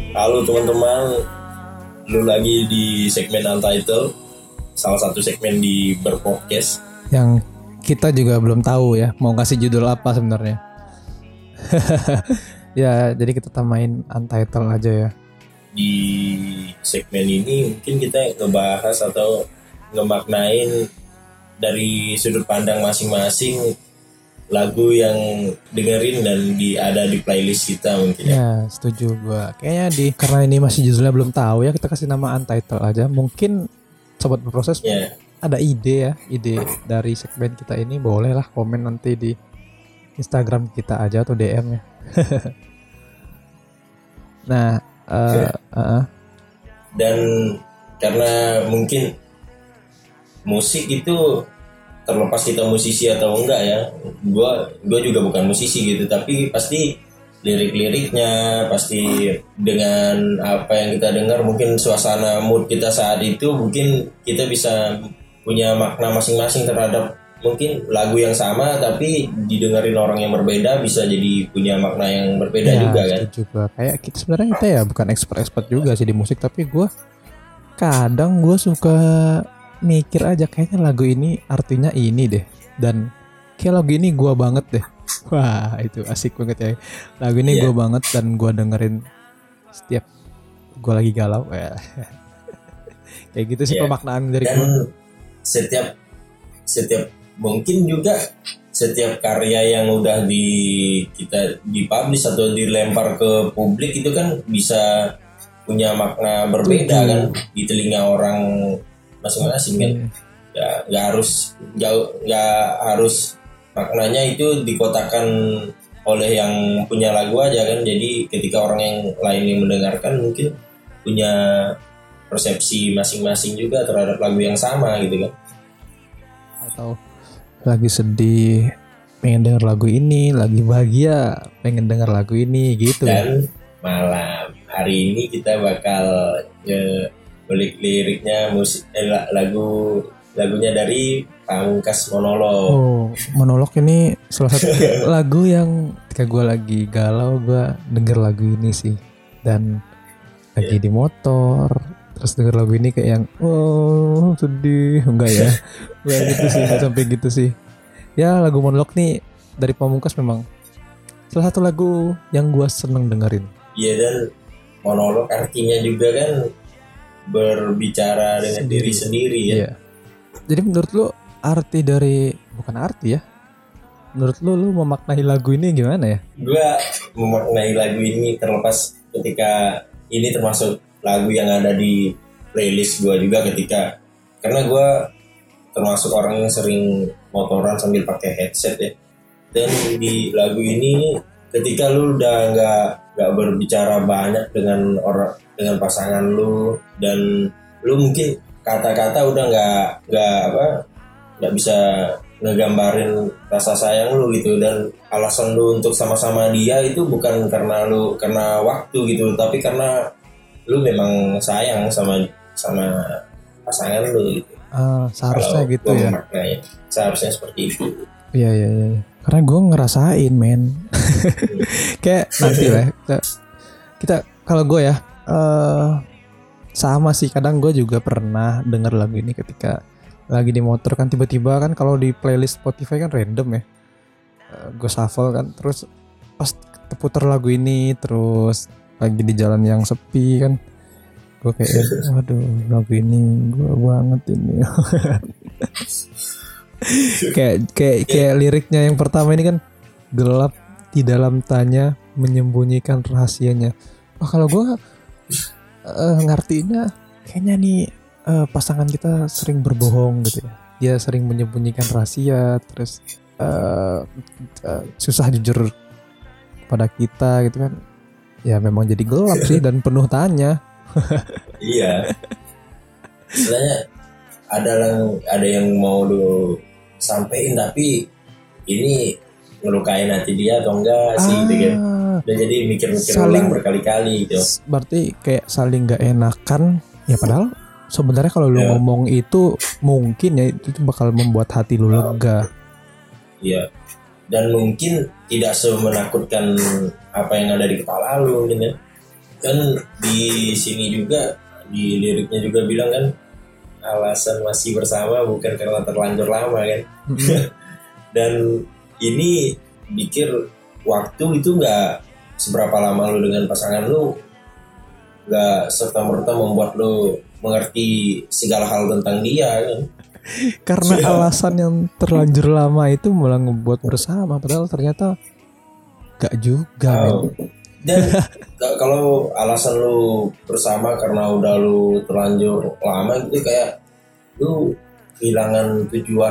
Halo teman-teman, lu lagi di segmen Untitled, salah satu segmen di Berpodcast. Yang kita juga belum tahu ya mau kasih judul apa sebenarnya. Ya, jadi kita tamain Untitled aja ya. Di segmen ini mungkin kita ngebahas atau ngemaknain dari sudut pandang masing-masing lagu yang dengerin dan ada di playlist kita mungkin ya. Ya, setuju gua. Kayaknya karena ini masih judulnya belum tahu ya, kita kasih nama Untitled aja. Mungkin sobat berproses ada ide dari segmen kita ini, bolehlah komen nanti di Instagram kita aja atau DM ya. Nah, dan karena mungkin musik itu terlepas kita musisi atau enggak ya, gue juga bukan musisi gitu, tapi pasti lirik-liriknya pasti dengan apa yang kita dengar, mungkin suasana mood kita saat itu, mungkin kita bisa punya makna masing-masing terhadap mungkin lagu yang sama tapi didengarin orang yang berbeda, bisa jadi punya makna yang berbeda ya, juga kan. Juga kayak kita sebenarnya kita ya bukan expert juga sih di musik, tapi gue kadang suka mikir aja kayaknya lagu ini artinya ini deh, dan kayak lagu ini gue banget deh. Wah, itu asik banget ya lagu ini. Gue banget dan gue dengerin setiap gue lagi galau ya. Kayak gitu sih pemaknaan dari gue. Setiap mungkin juga setiap karya yang udah kita dipublish atau dilempar ke publik itu kan bisa punya makna berbeda kan di telinga orang masing-masing kan. Ya nggak harus maknanya itu dikotakan oleh yang punya lagu aja kan. Jadi ketika orang yang lain yang mendengarkan mungkin punya persepsi masing-masing juga terhadap lagu yang sama gitu kan. Atau lagi sedih pengen denger lagu ini, lagi bahagia pengen denger lagu ini gitu. Dan malam hari ini kita bakal liriknya lagunya dari Pamungkas, Monolog. Oh, Monolog ini salah satu lagu yang ketika gue lagi galau gue denger lagu ini sih. Dan lagi di motor terus denger lagu ini kayak yang sedih. Enggak ya, enggak gitu sih, enggak sampai gitu sih. Ya, lagu Monolog nih dari Pamungkas memang salah satu lagu yang gue seneng dengerin. Iya, dan monolog artinya juga kan berbicara dengan diri sendiri ya. Iya. Jadi menurut lu arti dari, bukan arti ya, menurut lu memaknai lagu ini gimana ya? Gue memaknai lagu ini terlepas ketika ini termasuk lagu yang ada di playlist gue juga, karena gue termasuk orang yang sering motoran sambil pakai headset ya. Dan di lagu ini ketika lu udah nggak berbicara banyak dengan pasangan lu, dan lu mungkin kata-kata udah nggak bisa ngegambarin rasa sayang lu gitu, dan alasan lu untuk sama-sama dia itu bukan karena waktu gitu, tapi karena lu memang sayang sama pasangan lu gitu. Seharusnya kalau gitu ya. Maknanya seharusnya seperti itu. Iya. Karena gue ngerasain men. Kayak nanti lah kita kalau gue ya sama sih, kadang gue juga pernah denger lagu ini ketika lagi di motor kan, tiba-tiba kan kalau di playlist Spotify kan random ya, gue shuffle kan, terus pas terputar lagu ini terus lagi di jalan yang sepi kan, gue kayak waduh lagu ini gue banget ini. kayak liriknya yang pertama ini kan, gelap di dalam tanya menyembunyikan rahasianya. Kalau gue ngartinya kayaknya nih pasangan kita sering berbohong gitu ya. Dia sering menyembunyikan rahasia, terus susah jujur pada kita gitu kan. Ya memang jadi gelap sih dan penuh tanya. Iya. Istilahnya ada yang mau lu sampein tapi ini ngelukain hati dia atau enggak sih gitu kan. Dan jadi mikir-mikir ulang berkali-kali gitu. Berarti kayak saling gak enakan ya, padahal sebenarnya kalau lu ngomong itu mungkin ya itu bakal membuat hati lu lega. Iya. Dan mungkin tidak semenakutkan apa yang ada di kepala lu gitu ya. kan di sini juga di liriknya juga bilang kan alasan masih bersama bukan karena terlanjur lama kan. Dan ini pikir waktu itu nggak seberapa lama lu dengan pasangan lu nggak serta merta membuat lu mengerti segala hal tentang dia kan. Karena alasan yang terlanjur lama itu malah ngebuat bersama, padahal ternyata gak juga. Dan kalau alasan lu bersama karena udah lu terlanjur lama gitu, kayak lu kehilangan tujuan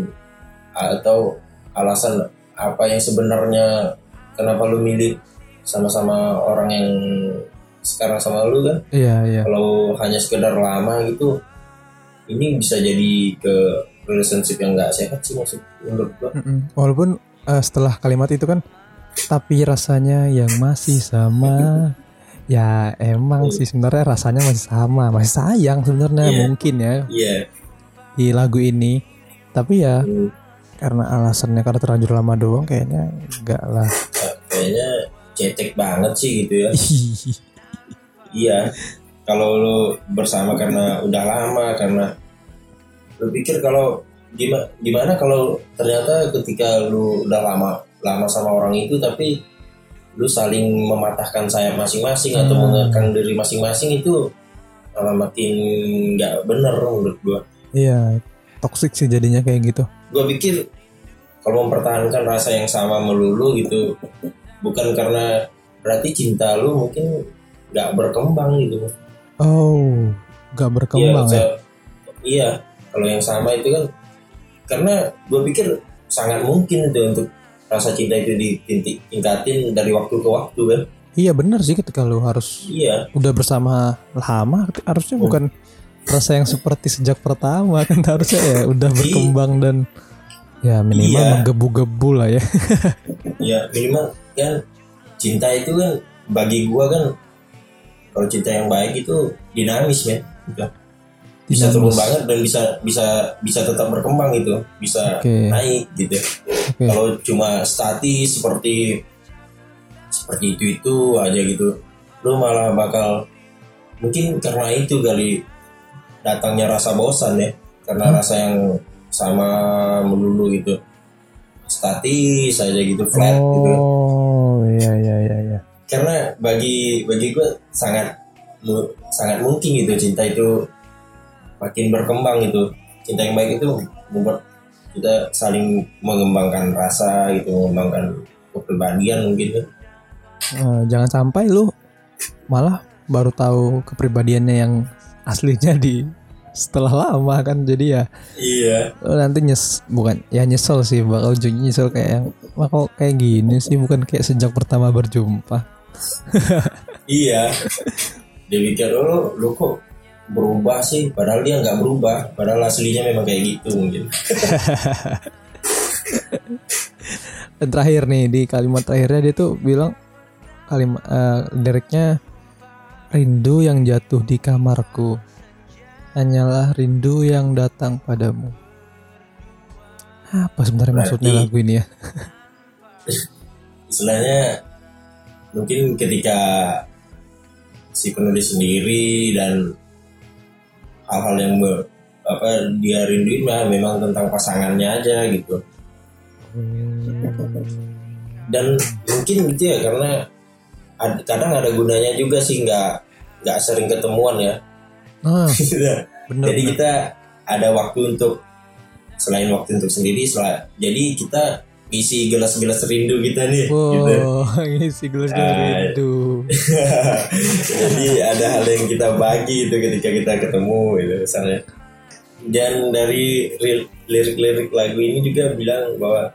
atau alasan apa yang sebenarnya kenapa lu milih sama-sama orang yang sekarang sama lu kan. Iya. Kalau hanya sekedar lama gitu, ini bisa jadi ke relationship yang nggak sehat sih maksud menurut gua. Walaupun setelah kalimat itu kan, tapi rasanya yang masih sama. Ya emang sih sebenarnya rasanya masih sama, masih sayang sebenarnya mungkin ya. Di lagu ini. Tapi ya karena alasannya karena terlanjur lama doang, kayaknya enggak lah. Kayaknya cetek banget sih gitu ya. Iya. Kalau lu bersama karena udah lama, karena lu pikir kalau gimana kalau ternyata ketika lu udah lama sama orang itu tapi lu saling mematahkan sayap masing-masing atau mengekang diri masing-masing, itu malah makin nggak bener menurut gua. Iya, toksik sih jadinya kayak gitu. Gua pikir kalau mempertahankan rasa yang sama melulu gitu, bukan karena berarti cinta lu mungkin nggak berkembang gitu. Oh, gak berkembang ya? Iya, kalau yang sama itu kan, karena gue pikir sangat mungkin itu untuk rasa cinta itu ditingkatin dari waktu ke waktu kan. Iya benar sih, ketika lu harus udah bersama lama, harusnya bukan rasa yang seperti sejak pertama kan, harusnya ya udah berkembang dan ya minimal menggebu-gebu lah ya. Iya minimal kan, cinta itu kan bagi gue kan, kalau cinta yang baik itu dinamis ya, bisa turun banget dan bisa tetap berkembang gitu, bisa naik gitu. Kalau cuma statis seperti itu aja gitu, lu malah bakal mungkin karena itu kali datangnya rasa bosan ya, karena rasa yang sama melulu gitu, statis aja gitu, flat gitu. Oh iya. Karena bagi gue sangat mungkin gitu cinta itu makin berkembang gitu. Cinta yang baik itu membuat kita saling mengembangkan rasa gitu, mengembangkan kepribadian mungkin. Jangan sampai lu malah baru tahu kepribadiannya yang aslinya setelah lama kan, jadi ya. Iya. Nanti nyesel sih, bakal ujungnya nyesel kayak kok kayak gini sih, bukan kayak sejak pertama berjumpa. Iya. Dia pikir lu kok berubah sih, padahal dia nggak berubah, padahal aslinya memang kayak gitu mungkin. Dan terakhir nih, di kalimat terakhirnya dia tuh bilang liriknya, rindu yang jatuh di kamarku hanyalah rindu yang datang padamu. Apa sebenarnya maksudnya lagu ini ya? Istilahnya mungkin ketika si penulis sendiri dan hal-hal yang dia rinduin memang tentang pasangannya aja gitu. Dan mungkin gitu ya, karena kadang ada gunanya juga sih, nggak sering ketemuan ya. Bener, jadi kita ada waktu untuk selain waktu untuk sendiri, jadi kita isi gelas-gelas rindu kita nih. Gitu. Isi gelas-gelas rindu. Jadi ada hal yang kita bagi itu ketika kita ketemu gitu misalnya. Dan dari lirik-lirik lagu ini juga bilang bahwa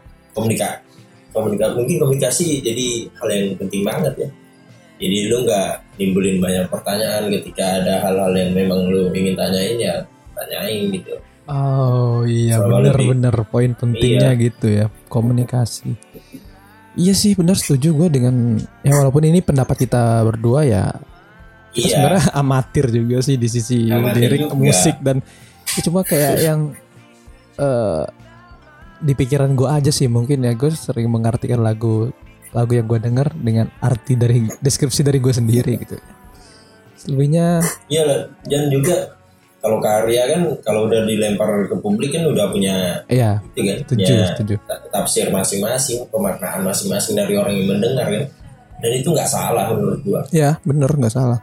komunikasi jadi hal yang penting banget ya. Jadi lu nggak nimbulin banyak pertanyaan ketika ada hal-hal yang memang lu ingin tanyain, ya tanyain gitu. Oh iya, benar poin pentingnya gitu ya, komunikasi. Iya sih, benar, setuju gue dengan ya, walaupun ini pendapat kita berdua ya, kita sebenarnya amatir juga sih di sisi lirik musik, dan cuma kayak yang di pikiran gue aja sih mungkin ya, gue sering mengartikan lagu yang gue dengar dengan arti dari deskripsi dari gue sendiri gitu. Selebihnya Iya lah, dan juga kalau karya kan kalau udah dilempar ke publik kan udah punya ya itu kan, setuju. tafsir masing-masing, pemaknaan masing-masing dari orang yang mendengar kan. Dan itu nggak salah menurut gua. Ya bener, nggak salah.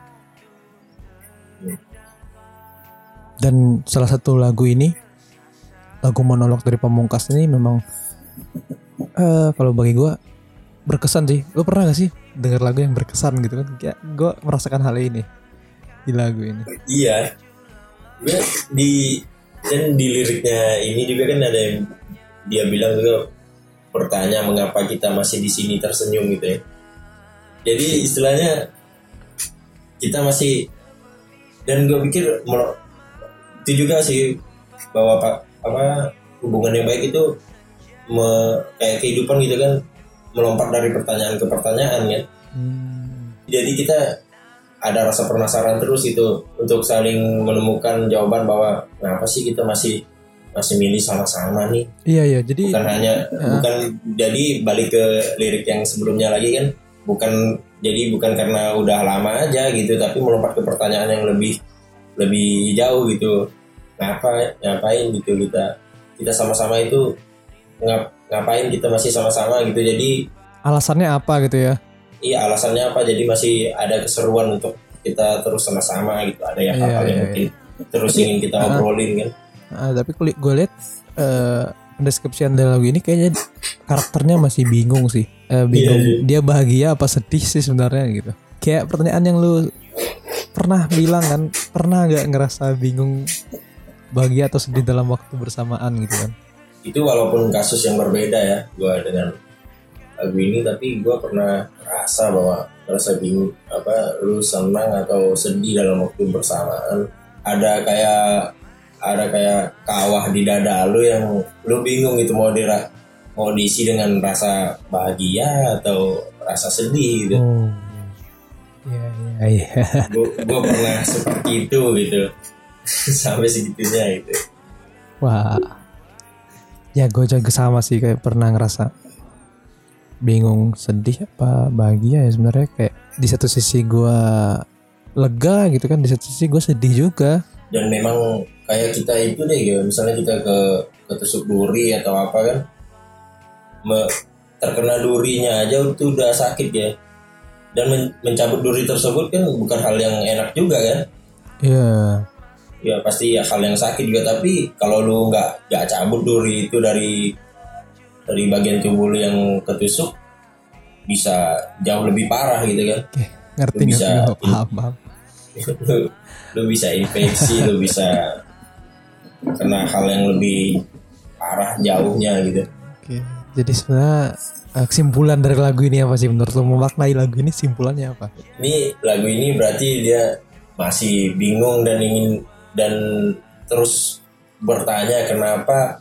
Dan salah satu lagu ini, lagu monolog dari Pamungkas ini memang kalau bagi gue berkesan sih. Lo pernah gak sih dengar lagu yang berkesan gitu kan? Kayak gue merasakan hal ini di lagu ini. Iya, gue dan di liriknya ini juga kan ada yang dia bilang juga bertanya mengapa kita masih di sini tersenyum gitu ya. Jadi istilahnya kita masih, dan gue pikir itu juga sih bahwa hubungan yang baik itu kayak kehidupan gitu kan, melompat dari pertanyaan ke pertanyaan kan. Jadi kita ada rasa penasaran terus itu untuk saling menemukan jawaban bahwa kenapa sih kita masih milih sama-sama nih. Iya jadi bukan jadi balik ke lirik yang sebelumnya lagi kan, bukan karena udah lama aja gitu, tapi melompat ke pertanyaan yang lebih jauh gitu. Ngapain gitu kita sama-sama itu ngapain kita masih sama-sama gitu. Jadi alasannya apa gitu ya? Iya, alasannya apa? Jadi masih ada keseruan untuk kita terus sama-sama gitu. Ada yang hal-hal yang mungkin terus ingin kita obrolin kan. Tapi gue lihat deskripsian dari lagu ini kayaknya karakternya masih bingung sih. Bingung dia bahagia apa sedih sih sebenarnya gitu. Kayak pertanyaan yang lu pernah bilang kan, pernah gak ngerasa bingung bahagia atau sedih dalam waktu bersamaan gitu kan? Itu walaupun kasus yang berbeda ya gue dengan lagu ini, tapi gue pernah merasa bahwa bingung lu senang atau sedih dalam waktu bersamaan. Ada kayak kawah di dada lu yang lu bingung itu mau diisi dengan rasa bahagia atau rasa sedih gitu. Iya. Gue pernah seperti itu gitu. Sampai segitunya gitu. Wah. Ya gue juga sama sih, kayak pernah ngerasa bingung sedih apa bahagia ya sebenarnya. Kayak di satu sisi gue lega gitu kan, di satu sisi gue sedih juga. Dan memang kayak kita itu deh gitu, misalnya kita ketusuk duri atau apa kan, terkena durinya aja itu udah sakit ya. Dan mencabut duri tersebut kan bukan hal yang enak juga kan. Iya. Ya pasti ya hal yang sakit juga, tapi kalau lu nggak cabut duri itu dari bagian tubuh lu yang ketusuk, bisa jauh lebih parah gitu kan. Oke, ngerti paham. Lu bisa infeksi, lu bisa kena hal yang lebih parah jauhnya gitu. Oke, jadi sebenarnya kesimpulan dari lagu ini apa sih menurut lu? Memaknai lagu ini simpulannya apa? Ini lagu ini berarti dia masih bingung dan terus bertanya kenapa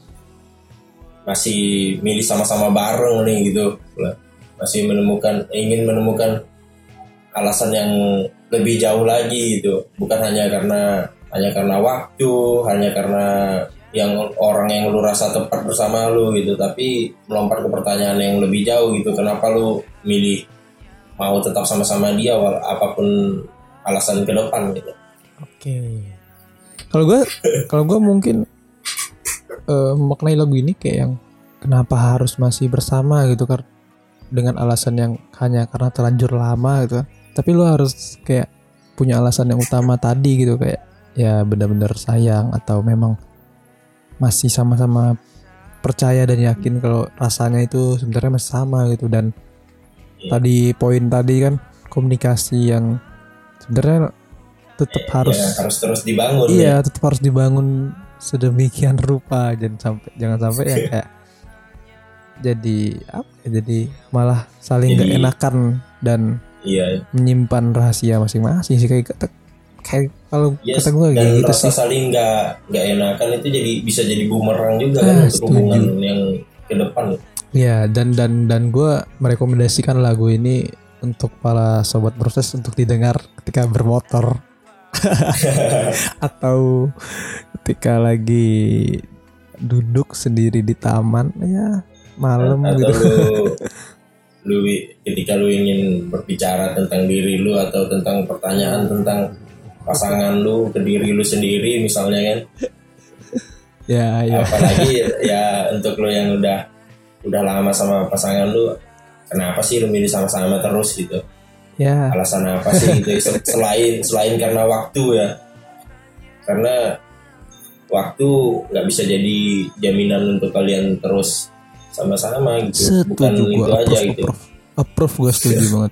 masih milih sama-sama bareng nih gitu. Masih ingin menemukan alasan yang lebih jauh lagi gitu. Bukan hanya karena waktu, hanya karena yang orang yang lu rasa tepat bersama lu gitu, tapi melompat ke pertanyaan yang lebih jauh gitu. Kenapa lu milih mau tetap sama-sama dia apapun alasan ke depan gitu. Oke. Kalau gue mungkin memaknai lagu ini kayak yang kenapa harus masih bersama gitu kan, dengan alasan yang hanya karena terlanjur lama gitu kan. Tapi lu harus kayak punya alasan yang utama tadi gitu, kayak ya benar-benar sayang atau memang masih sama-sama percaya dan yakin kalau rasanya itu sebenarnya masih sama gitu. Dan tadi poin tadi kan komunikasi yang sebenarnya tetap harus terus dibangun. Iya, tetap harus dibangun sedemikian rupa, jangan sampai ya kayak jadi malah saling gak enakan dan menyimpan rahasia masing-masing sih, kayak kalau kata gue kayak gitu sih. Saling gak enakan itu bisa jadi bumerang juga kan untuk hubungan yang ke depan. Iya, dan gue merekomendasikan lagu ini untuk para sobat proses untuk didengar ketika bermotor atau ketika lagi duduk sendiri di taman ya malam atau gitu. lu ketika lu ingin berbicara tentang diri lu atau tentang pertanyaan tentang pasangan lu, ke diri lu sendiri misalnya kan. Ya. Apalagi ya untuk lu yang udah lama sama pasangan lu, kenapa sih lu milih sama-sama terus gitu? Ya. Alasan apa sih gitu? Selain karena waktu ya. Karena waktu nggak bisa jadi jaminan untuk kalian terus sama-sama gitu. Bukan Setuju itu gua, aja gitu. Approve gue setuju banget.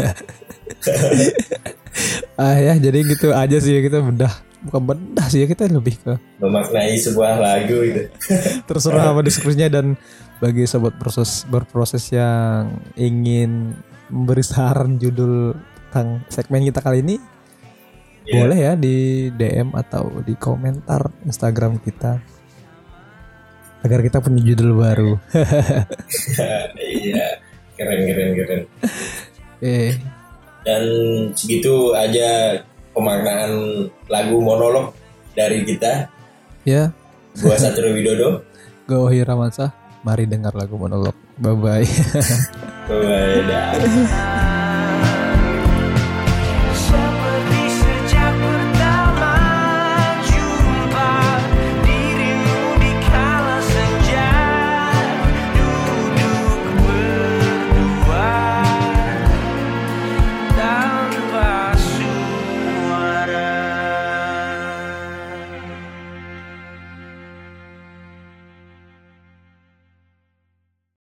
Ya jadi gitu aja sih, kita bukan bedah sih ya, kita lebih ke memaknai sebuah lagu gitu. terserah apa diskusinya. Dan bagi sobat berproses yang ingin memberi saran judul tentang segmen kita kali ini, boleh ya di DM atau di komentar Instagram kita agar kita punya judul baru. Iya, keren. Dan segitu aja pemaknaan lagu Monolog dari kita. Ya. Gua Satrio Widodo. Gua Wahyu Ramansyah. Mari dengar lagu Monolog. Bye bye. Bye.